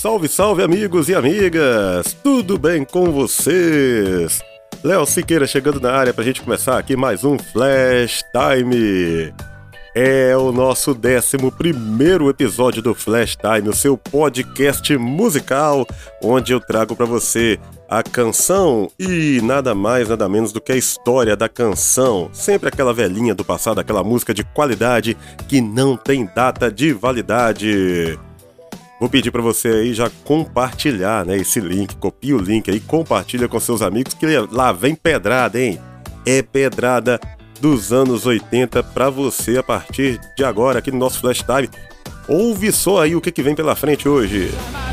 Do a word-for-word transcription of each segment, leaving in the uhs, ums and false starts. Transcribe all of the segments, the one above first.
Salve, salve amigos e amigas! Tudo bem com vocês? Léo Siqueira chegando na área pra gente começar aqui mais um Flash Time. É o nosso décimo primeiro episódio do Flash Time, o seu podcast musical, onde eu trago pra você a canção e nada mais, nada menos do que a história da canção. Sempre aquela velhinha do passado, aquela música de qualidade que não tem data de validade. Vou pedir pra você aí já compartilhar, né, esse link, copia o link aí, compartilha com seus amigos que lá vem pedrada, hein? É pedrada dos anos oitenta pra você a partir de agora aqui no nosso Flash Time. Ouve só aí o que, que vem pela frente hoje.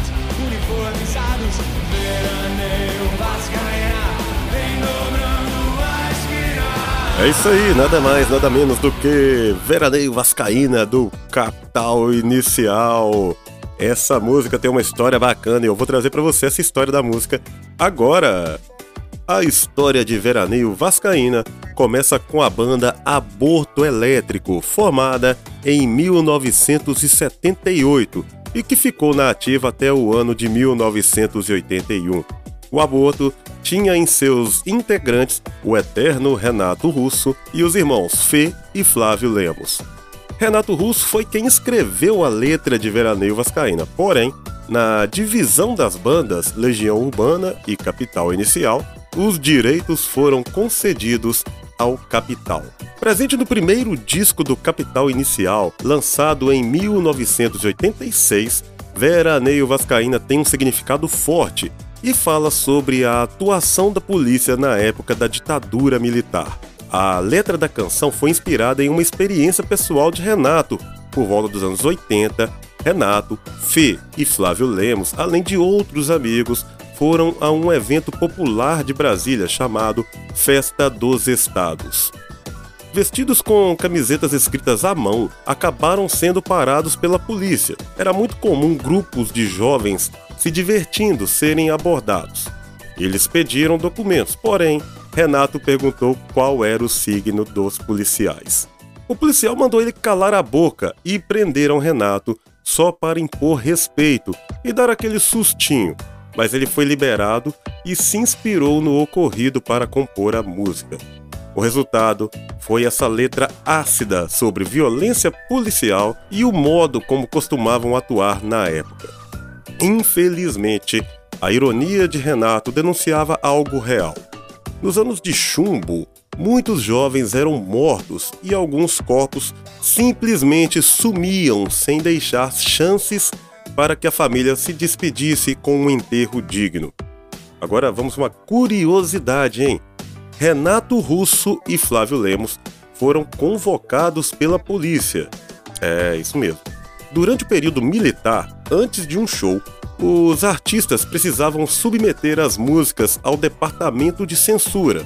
É isso aí, nada mais, nada menos do que Veraneio Vascaína do Capital Inicial. Essa música tem uma história bacana e eu vou trazer pra você essa história da música agora. A história de Veraneio Vascaína começa com a banda Aborto Elétrico, formada em mil novecentos e setenta e oito e que ficou na ativa até o ano de mil novecentos e oitenta e um. O Aborto tinha em seus integrantes o eterno Renato Russo e os irmãos Fê e Flávio Lemos. Renato Russo foi quem escreveu a letra de Veraneio Vascaína, porém, na divisão das bandas Legião Urbana e Capital Inicial, os direitos foram concedidos ao Capital. Presente no primeiro disco do Capital Inicial, lançado em mil novecentos e oitenta e seis, Veraneio Vascaína tem um significado forte e fala sobre a atuação da polícia na época da ditadura militar. A letra da canção foi inspirada em uma experiência pessoal de Renato. Por volta dos anos oitenta, Renato, Fê e Flávio Lemos, além de outros amigos, foram a um evento popular de Brasília chamado Festa dos Estados. Vestidos com camisetas escritas à mão, acabaram sendo parados pela polícia. Era muito comum grupos de jovens se divertindo serem abordados. Eles pediram documentos, porém, Renato perguntou qual era o signo dos policiais. O policial mandou ele calar a boca e prenderam Renato só para impor respeito e dar aquele sustinho, mas ele foi liberado e se inspirou no ocorrido para compor a música. O resultado foi essa letra ácida sobre violência policial e o modo como costumavam atuar na época. Infelizmente, a ironia de Renato denunciava algo real. Nos anos de chumbo, muitos jovens eram mortos e alguns corpos simplesmente sumiam sem deixar chances para que a família se despedisse com um enterro digno. Agora vamos uma curiosidade, hein? Renato Russo e Flávio Lemos foram convocados pela polícia. É, isso mesmo. Durante o período militar, antes de um show, os artistas precisavam submeter as músicas ao departamento de censura.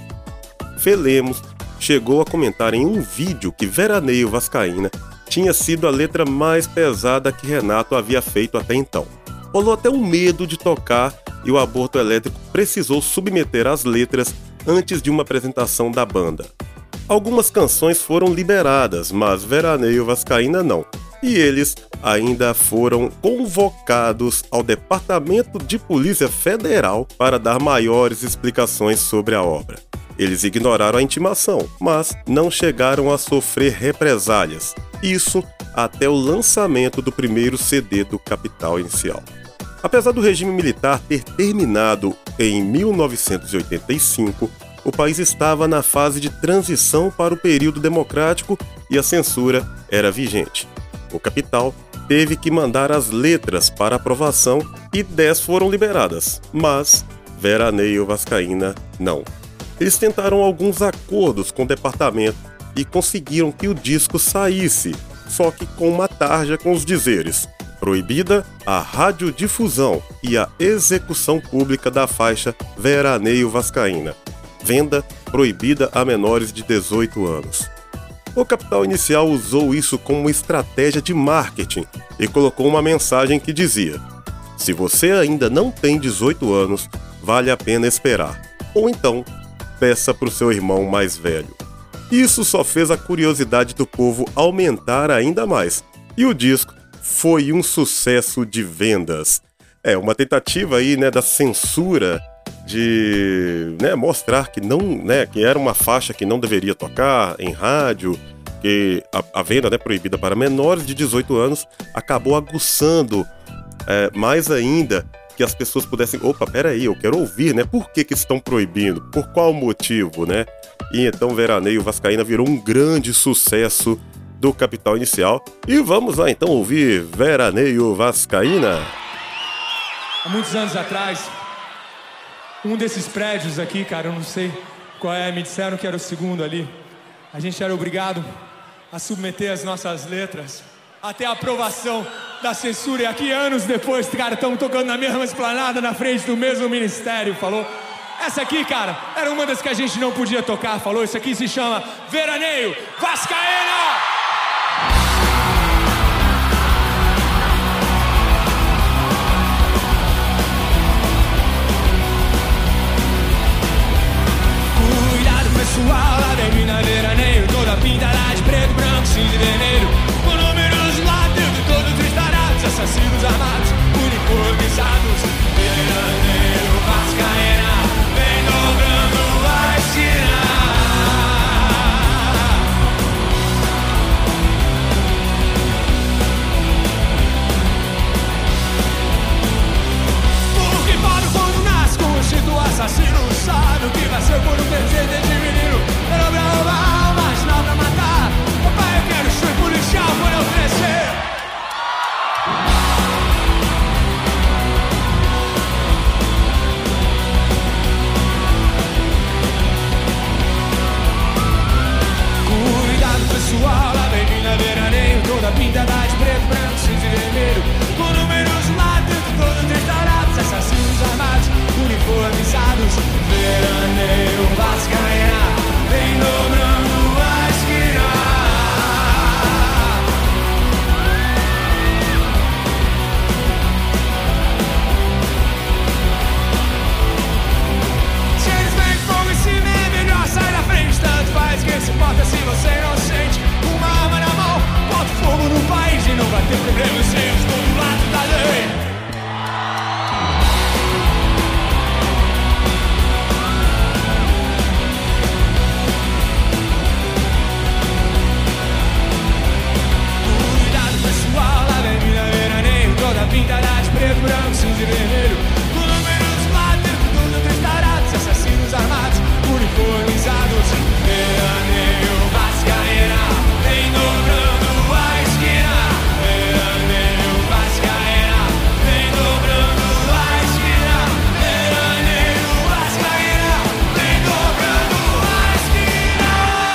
Fê Lemos chegou a comentar em um vídeo que Veraneio Vascaína tinha sido a letra mais pesada que Renato havia feito até então. Rolou até um medo de tocar e o Aborto Elétrico precisou submeter as letras antes de uma apresentação da banda. Algumas canções foram liberadas, mas Veraneio Vascaína não. E eles ainda foram convocados ao Departamento de Polícia Federal para dar maiores explicações sobre a obra. Eles ignoraram a intimação, mas não chegaram a sofrer represálias. Isso até o lançamento do primeiro C D do Capital Inicial. Apesar do regime militar ter terminado em mil novecentos e oitenta e cinco, o país estava na fase de transição para o período democrático e a censura era vigente. O Capital teve que mandar as letras para aprovação e dez foram liberadas, mas Veraneio Vascaína não. Eles tentaram alguns acordos com o departamento e conseguiram que o disco saísse, só que com uma tarja com os dizeres: proibida a radiodifusão e a execução pública da faixa Veraneio Vascaína. Venda proibida a menores de dezoito anos. O Capital Inicial usou isso como estratégia de marketing e colocou uma mensagem que dizia: se você ainda não tem dezoito anos, vale a pena esperar. Ou então, peça para o seu irmão mais velho. Isso só fez a curiosidade do povo aumentar ainda mais, e o disco foi um sucesso de vendas. É, uma tentativa aí, né, da censura de, né, mostrar que não, né, que era uma faixa que não deveria tocar em rádio, que a, a venda, né, proibida para menores de dezoito anos acabou aguçando é, mais ainda que as pessoas pudessem, opa, peraí, eu quero ouvir, né, por que que estão proibindo, por qual motivo, né? E então Veraneio Vascaína virou um grande sucesso do Capital Inicial. E vamos lá então ouvir Veraneio Vascaína. Há muitos anos atrás, um desses prédios aqui, cara, eu não sei qual é, me disseram que era o segundo ali. A gente era obrigado a submeter as nossas letras até a aprovação da censura. E aqui, anos depois, cara, estamos tocando na mesma esplanada, na frente do mesmo ministério, falou? Essa aqui, cara, era uma das que a gente não podia tocar, falou? Isso aqui se chama Veraneio Vascaína! Pessoal, lá vem mina veraneio, toda pintada de preto, branco, cinza e vermelho, com números lá dentro, todos tarados, assassinos armados, uniformizados. Veraneio Vascaína, vem dobrando a esquina. Porque para o quando nasce com o instinto assassino, sabe o que vai ser por um desejo de menino. Era pra roubar, mas não pra matar. Papai, eu quero ser policial quando eu crescer. Cuidado pessoal, lá vem mina veraneio, toda pintada de preto, branco, cinza e vermelho, com números lá dentro, todos tarados, assassinos armados, uniformizados. Veraneio Vascaína, vem dobrando a esquina. Se eles vêm fogo em cima, é melhor sair da frente. Tanto faz, quem se importa se você é inocente. Uma arma na mão, bota fogo no país e não vai ter problemas sem os do lado da lei. Toda pintada de preto, branco, cinza e vermelho, com números lá dentro, todos tarados, assassinos armados, uniformizados. Veraneio Vascaína, vem dobrando a esquina. Veraneio Vascaína, vem dobrando a esquina. Veraneio Vascaína, vem dobrando a esquina.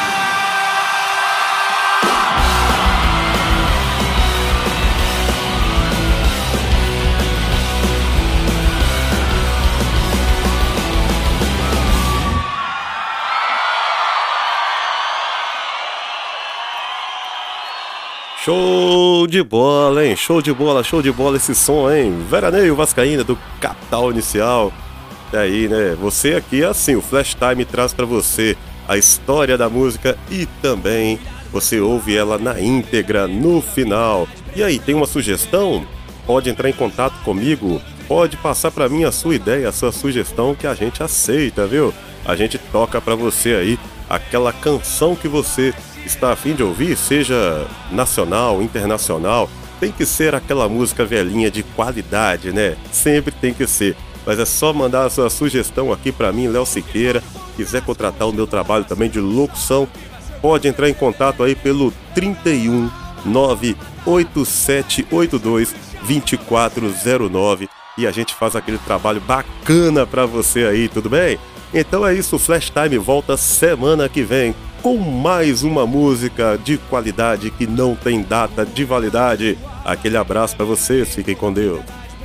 Show de bola, hein? Show de bola, show de bola esse som, hein? Veraneio Vascaína do Capital Inicial. E aí, né? Você aqui, assim, o Flash Time traz pra você a história da música e também você ouve ela na íntegra no final. E aí, tem uma sugestão? Pode entrar em contato comigo, pode passar pra mim a sua ideia, a sua sugestão que a gente aceita, viu? A gente toca pra você aí aquela canção que você está a fim de ouvir, seja nacional, internacional, tem que ser aquela música velhinha de qualidade, né? Sempre tem que ser. Mas é só mandar a sua sugestão aqui pra mim, Léo Siqueira. Quiser contratar o meu trabalho também de locução, pode entrar em contato aí pelo trinta e um, nove oito sete oito dois, dois quatro zero nove e a gente faz aquele trabalho bacana pra você aí, tudo bem? Então é isso, o Flash Time volta semana que vem com mais uma música de qualidade que não tem data de validade. Aquele abraço pra vocês, fiquem com Deus.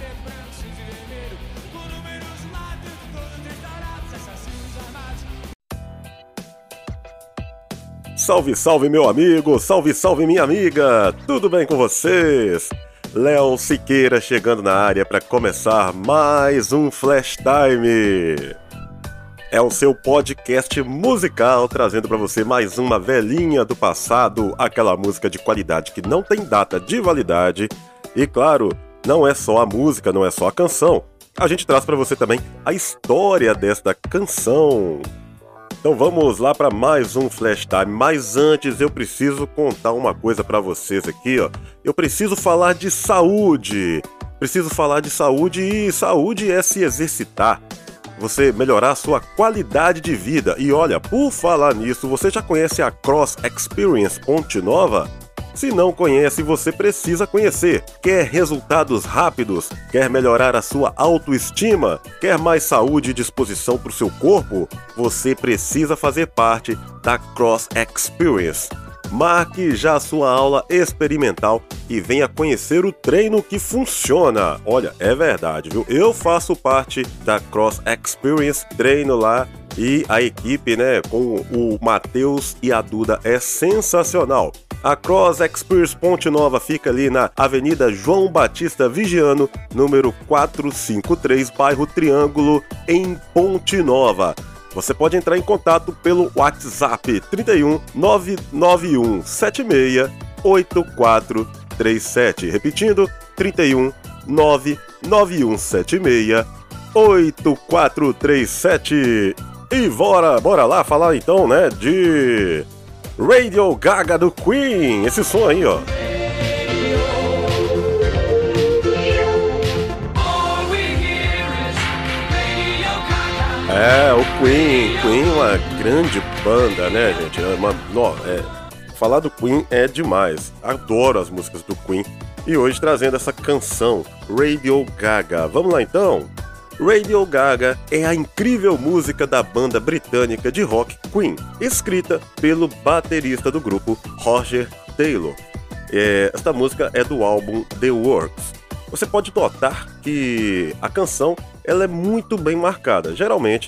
Salve, salve meu amigo, salve, salve minha amiga, tudo bem com vocês? Léo Siqueira chegando na área para começar mais um Flash Time. É o seu podcast musical trazendo para você mais uma velhinha do passado, aquela música de qualidade que não tem data de validade. E claro, não é só a música, não é só a canção. A gente traz para você também a história desta canção. Então vamos lá para mais um Flash Time. Mas antes eu preciso contar uma coisa para vocês aqui, ó. Eu preciso falar de saúde. Preciso falar de saúde e saúde é se exercitar. Você melhorar a sua qualidade de vida. E olha, por falar nisso, você já conhece a Cross Experience Ponte Nova? Se não conhece, você precisa conhecer. Quer resultados rápidos? Quer melhorar a sua autoestima? Quer mais saúde e disposição para o seu corpo? Você precisa fazer parte da Cross Experience. Marque já a sua aula experimental e venha conhecer o treino que funciona. Olha, é verdade, viu? Eu faço parte da Cross Experience, treino lá e a equipe, né, com o Matheus e a Duda é sensacional. A Cross Experience Ponte Nova fica ali na Avenida João Batista Vigiano, número quatrocentos e cinquenta e três, bairro Triângulo, em Ponte Nova. Você pode entrar em contato pelo WhatsApp trinta e um, nove nove um sete seis, oito quatro três sete. Repetindo, trinta e um, nove nove um sete seis, oito quatro três sete. E bora, bora lá falar então, né, de Radio Gaga do Queen. Esse som aí, ó. É, o Queen, Queen é uma grande banda, né, gente? É uma, ó, é, falar do Queen é demais. Adoro as músicas do Queen. E hoje trazendo essa canção, Radio Gaga. Vamos lá então? Radio Gaga é a incrível música da banda britânica de rock Queen, escrita pelo baterista do grupo Roger Taylor. É, esta música é do álbum The Works. Você pode notar que a canção ela é muito bem marcada. Geralmente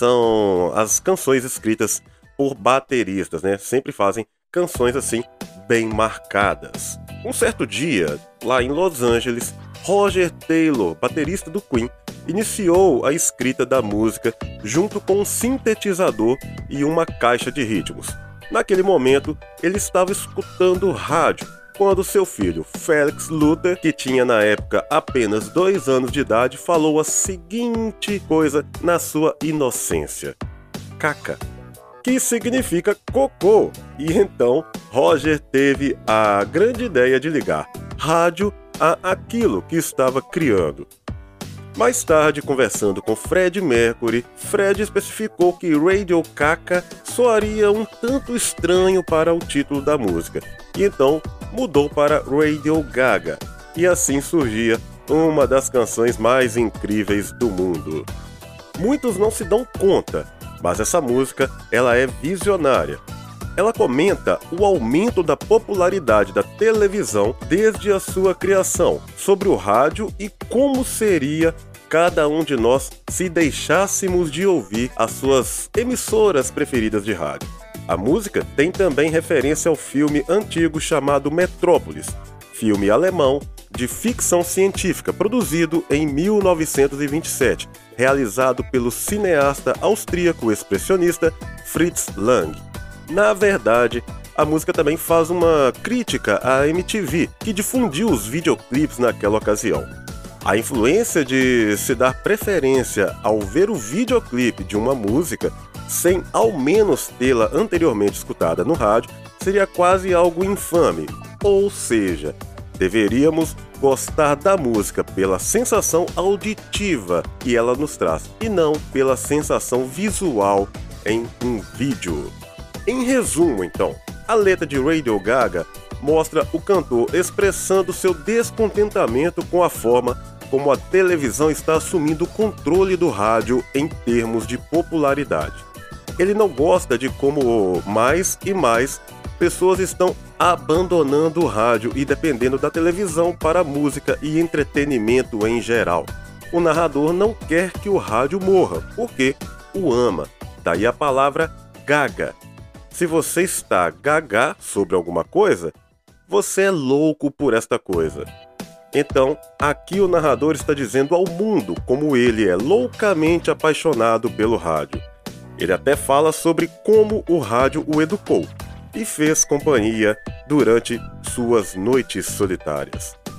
são as canções escritas por bateristas, né? Sempre fazem canções assim bem marcadas. Um certo dia, lá em Los Angeles, Roger Taylor, baterista do Queen, iniciou a escrita da música junto com um sintetizador e uma caixa de ritmos. Naquele momento, ele estava escutando rádio quando seu filho, Felix Luther, que tinha na época apenas dois anos de idade, falou a seguinte coisa na sua inocência: caca, que significa cocô. E então Roger teve a grande ideia de ligar rádio a aquilo que estava criando. Mais tarde, conversando com Freddie Mercury, Fred especificou que Radio Caca soaria um tanto estranho para o título da música, e então mudou para Radio Gaga, e assim surgia uma das canções mais incríveis do mundo. Muitos não se dão conta, mas essa música ela é visionária. Ela comenta o aumento da popularidade da televisão desde a sua criação, sobre o rádio e como seria cada um de nós se deixássemos de ouvir as suas emissoras preferidas de rádio. A música tem também referência ao filme antigo chamado Metrópolis, filme alemão de ficção científica produzido em mil novecentos e vinte e sete, realizado pelo cineasta austríaco expressionista Fritz Lang. Na verdade, a música também faz uma crítica à M T V, que difundiu os videoclipes naquela ocasião. A influência de se dar preferência ao ver o videoclipe de uma música, sem ao menos tê-la anteriormente escutada no rádio, seria quase algo infame. Ou seja, deveríamos gostar da música pela sensação auditiva que ela nos traz, e não pela sensação visual em um vídeo. Em resumo, então, a letra de Radio Gaga mostra o cantor expressando seu descontentamento com a forma como a televisão está assumindo o controle do rádio em termos de popularidade. Ele não gosta de como mais e mais pessoas estão abandonando o rádio e dependendo da televisão para música e entretenimento em geral. O narrador não quer que o rádio morra, porque o ama. Daí a palavra gaga. Se você está gaga sobre alguma coisa, você é louco por esta coisa. Então, aqui o narrador está dizendo ao mundo como ele é loucamente apaixonado pelo rádio. Ele até fala sobre como o rádio o educou e fez companhia durante suas noites solitárias.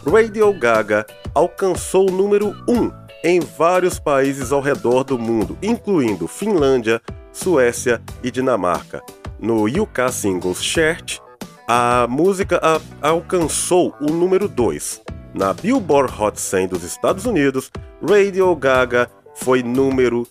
Radio Gaga alcançou o número um em vários países ao redor do mundo, incluindo Finlândia, Suécia e Dinamarca. No U K Singles Chart, a música a- alcançou o número dois. Na Billboard Hot cem dos Estados Unidos, Radio Gaga foi número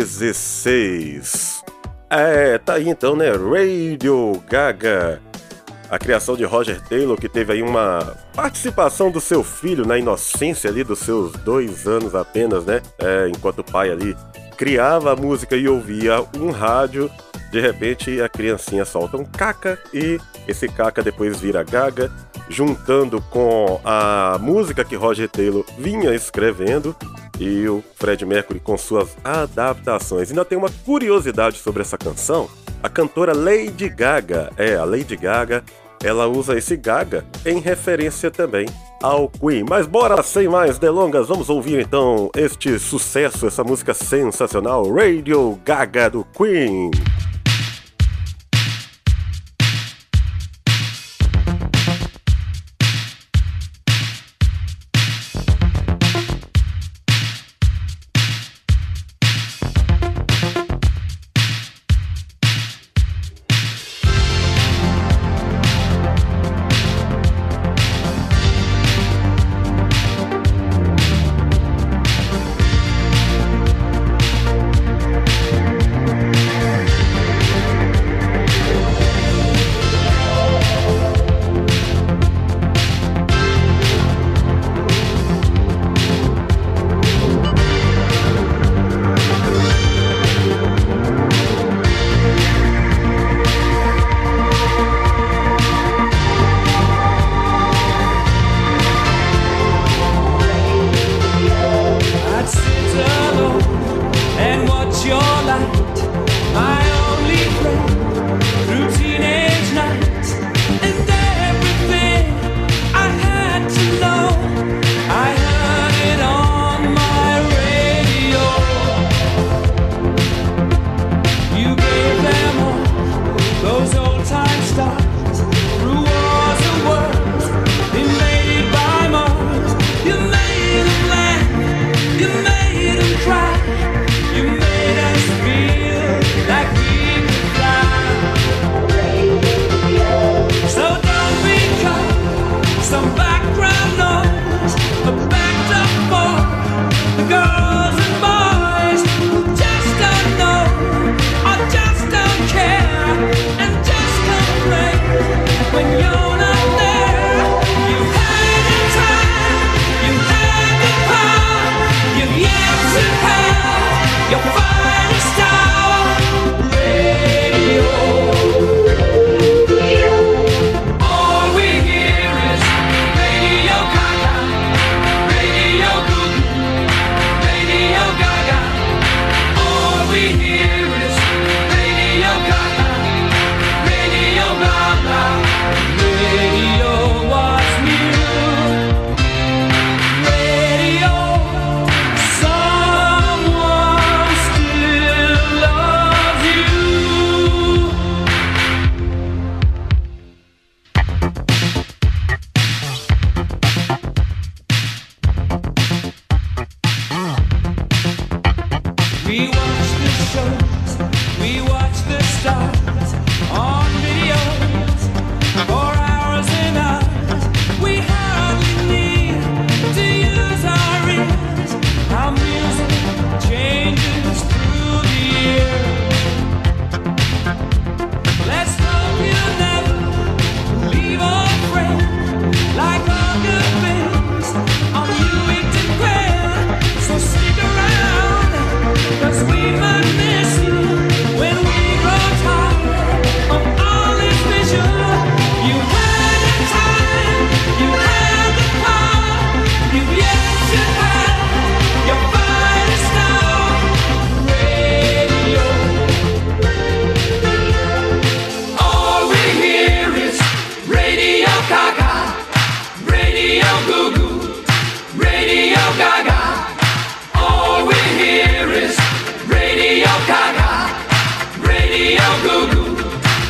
dezesseis. É, tá aí então, né? Radio Gaga. A criação de Roger Taylor, que teve aí uma participação do seu filho na inocência ali dos seus dois anos apenas, né? É, enquanto o pai ali criava a música e ouvia um rádio, de repente a criancinha solta um caca e esse caca depois vira Gaga, juntando com a música que Roger Taylor vinha escrevendo e o Freddie Mercury com suas adaptações. Ainda tem uma curiosidade sobre essa canção. A cantora Lady Gaga, é, a Lady Gaga, ela usa esse Gaga em referência também ao Queen. Mas bora, sem mais delongas, vamos ouvir então este sucesso, essa música sensacional, Radio Gaga do Queen.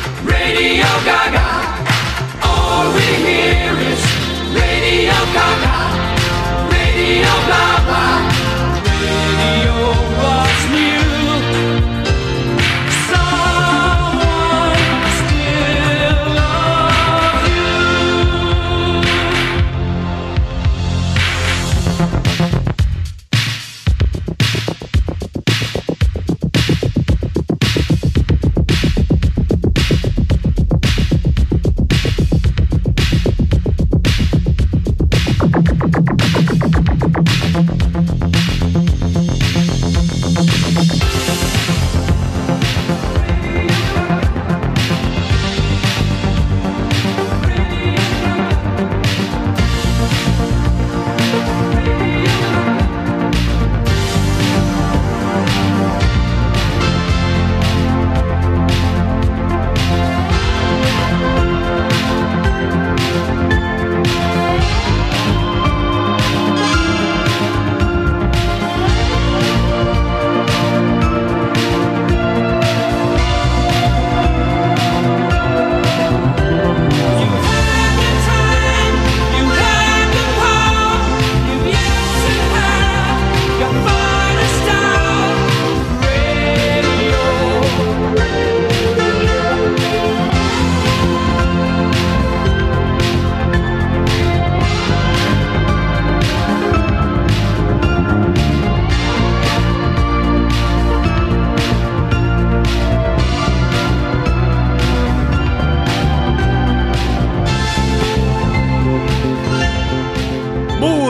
Radio Gaga. All we hear is Radio Gaga.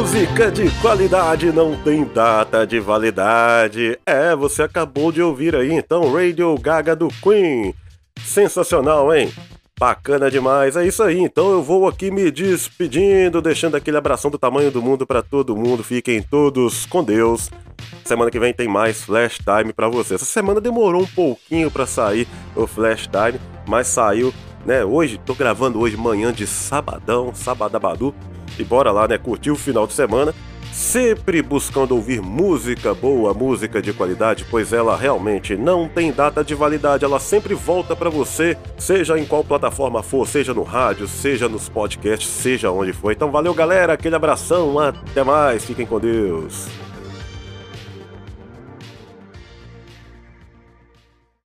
Música de qualidade não tem data de validade. É, você acabou de ouvir aí então Radio Gaga do Queen. Sensacional, hein? Bacana demais, é isso aí. Então eu vou aqui me despedindo, deixando aquele abração do tamanho do mundo pra todo mundo. Fiquem todos com Deus. Semana que vem tem mais Flash Time pra você. Essa semana demorou um pouquinho pra sair o Flash Time, mas saiu, né? Hoje, tô gravando hoje manhã de sabadão, sabadabadu. E bora lá, né? Curtir o final de semana. Sempre buscando ouvir música boa, música de qualidade, pois ela realmente não tem data de validade, ela sempre volta pra você, seja em qual plataforma for, seja no rádio, seja nos podcasts, seja onde for. Então valeu, galera, aquele abração, até mais, fiquem com Deus.